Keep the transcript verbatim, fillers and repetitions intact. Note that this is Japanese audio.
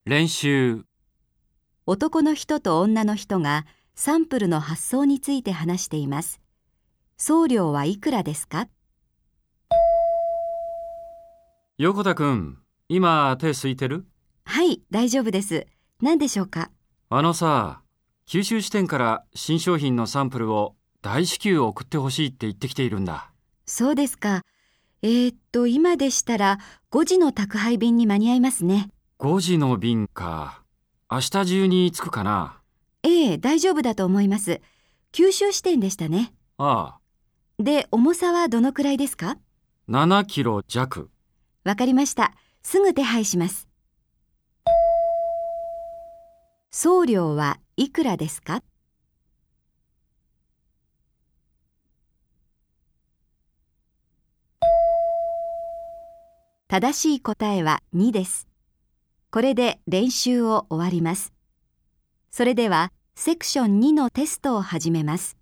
練習。 男の人と女の人がサンプルの発送について話しています。送料はいくらですか？ 横田くん、今手空いてる？ はい、大丈夫です。何でしょうか？ あのさ、九州支店から新商品のサンプルを大至急送ってほしいって言ってきているんだ。 そうですか。えー、っと、今でしたらごじの宅配便に間に合いますね。 ごじの便か。明日中に着くかな？ ええ、大丈夫だと思います。九州支店でしたね。 ああ、 で、重さはどのくらいですか？ ななキロ弱。 わかりました。すぐ手配します。送料はいくらですか？正しい答えはにです。これで練習を終わります。それではセクションにのテストを始めます。